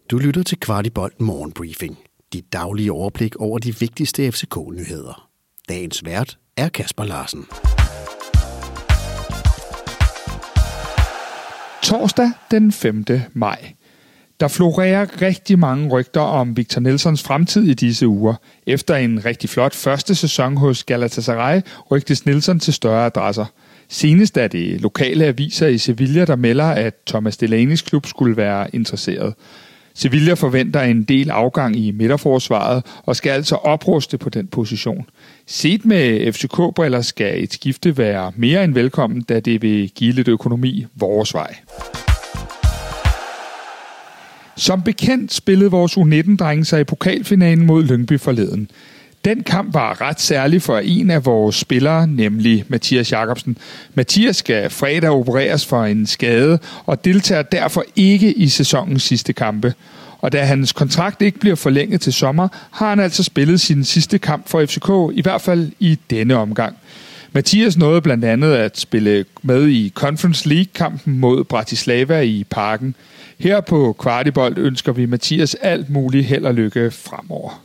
Du lytter til Kvartibolt Morgenbriefing. Dit daglige overblik over de vigtigste FCK-nyheder. Dagens vært er Kasper Larsen. Torsdag den 5. maj. Der florerer rigtig mange rygter om Victor Nelsons fremtid i disse uger. Efter en rigtig flot første sæson hos Galatasaray rygtes Nelson til større adresser. Senest er det lokale aviser i Sevilla, der melder, at Thomas Delaney's klub skulle være interesseret. Sevilla forventer en del afgang i midterforsvaret og skal altså opruste på den position. Set med FCK-briller skal et skifte være mere end velkommen, da det vil give lidt økonomi vores vej. Som bekendt spillede vores U19-drenge sig i pokalfinalen mod Lyngby forleden. Den kamp var ret særlig for en af vores spillere, nemlig Mathias Jacobsen. Mathias skal fredag opereres for en skade og deltager derfor ikke i sæsonens sidste kampe. Og da hans kontrakt ikke bliver forlænget til sommer, har han altså spillet sin sidste kamp for FCK, i hvert fald i denne omgang. Mathias nåede blandt andet at spille med i Conference League-kampen mod Bratislava i Parken. Her på Kvartibolt ønsker vi Mathias alt muligt held og lykke fremover.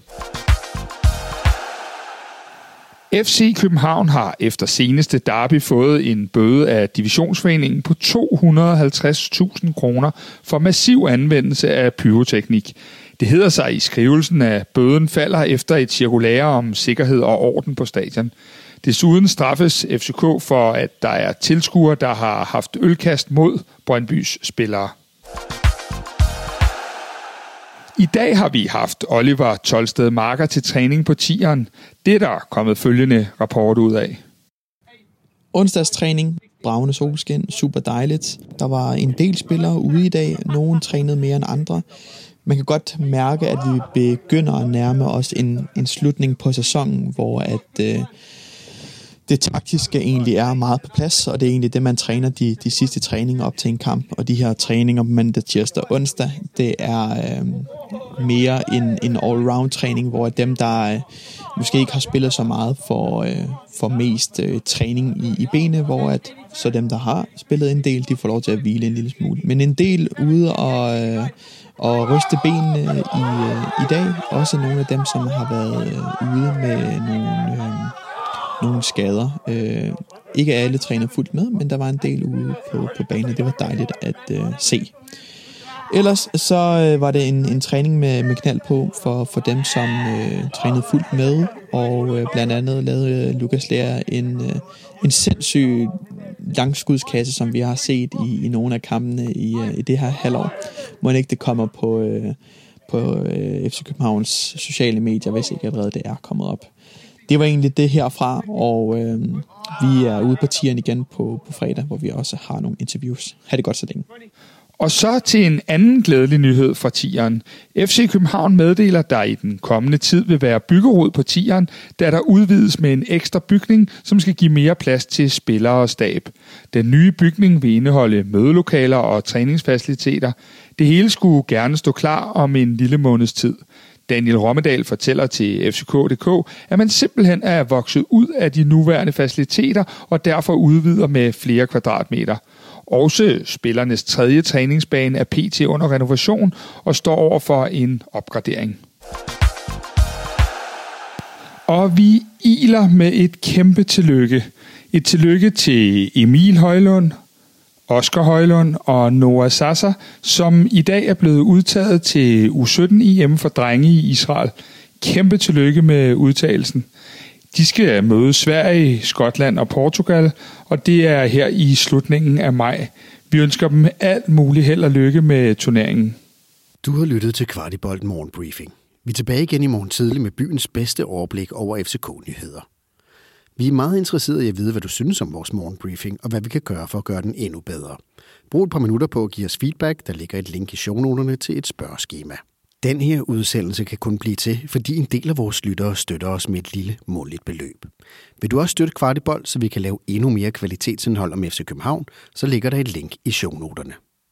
FC København har efter seneste derby fået en bøde af divisionsforeningen på 250.000 kroner for massiv anvendelse af pyroteknik. Det hedder sig i skrivelsen, at bøden falder efter et cirkulære om sikkerhed og orden på stadion. Desuden straffes FCK for, at der er tilskuere, der har haft ølkast mod Brøndbys spillere. I dag har vi haft Oliver Tolsted Marker til træning på 10'eren. Det er der kommet følgende rapport ud af. Onsdagstræning, bravende solskin, super dejligt. Der var en del spillere ude i dag. Nogle trænede mere end andre. Man kan godt mærke, at vi begynder at nærme os en slutning på sæsonen, hvor at det taktiske egentlig er meget på plads, og det er egentlig det, man træner de sidste træninger op til en kamp. Og de her træninger mandag, tirsdag og onsdag, det er mere en all-round træning, hvor dem, der måske ikke har spillet så meget, for mest træning i benene, hvor at så dem, der har spillet en del, de får lov til at hvile en lille smule. Men en del ude og ryste benene i dag. Også nogle af dem, som har været ude med nogle skader. Ikke alle træner fuldt med, men der var en del ude på banen. Det var dejligt at se. Ellers så var det en træning med knald på for dem, som trænede fuldt med, og blandt andet lavede Lukas Lea en sindssyg langskudskasse, som vi har set i nogle af kampene i det her halvår. Må ikke det kommer på FC Københavns sociale medier, hvis ikke allerede det er kommet op. Det var egentlig det herfra, og vi er ude på tieren igen på fredag, hvor vi også har nogle interviews. Ha' det godt så længe. Og så til en anden glædelig nyhed fra tieren. FC København meddeler, at der i den kommende tid vil være byggerod på tieren, da der udvides med en ekstra bygning, som skal give mere plads til spillere og stab. Den nye bygning vil indeholde mødelokaler og træningsfaciliteter. Det hele skulle gerne stå klar om en lille måneds tid. Daniel Rommedal fortæller til FCK.dk, at man simpelthen er vokset ud af de nuværende faciliteter og derfor udvider med flere kvadratmeter. Også spillernes 3. træningsbane er pt. Under renovation og står over for en opgradering. Og vi iler med et kæmpe tillykke. Et tillykke til Emil Højlund, Oscar Højlund og Noah Sasser, som i dag er blevet udtaget til U17-EM for drenge i Israel. Kæmpe tillykke med udtagelsen. De skal møde Sverige, Skotland og Portugal, og det er her i slutningen af maj. Vi ønsker dem alt muligt held og lykke med turneringen. Du har lyttet til Kvartibolt Morgenbriefing. Vi er tilbage igen i morgen tidlig med byens bedste overblik over FCK-nyheder. Vi er meget interesserede i at vide, hvad du synes om vores morgenbriefing, og hvad vi kan gøre for at gøre den endnu bedre. Brug et par minutter på at give os feedback. Der ligger et link i shownoterne til et spørgeskema. Den her udsendelse kan kun blive til, fordi en del af vores lyttere støtter os med et lille månedligt beløb. Vil du også støtte Kvartibolt, så vi kan lave endnu mere kvalitetsindhold om FC København, så ligger der et link i shownoterne.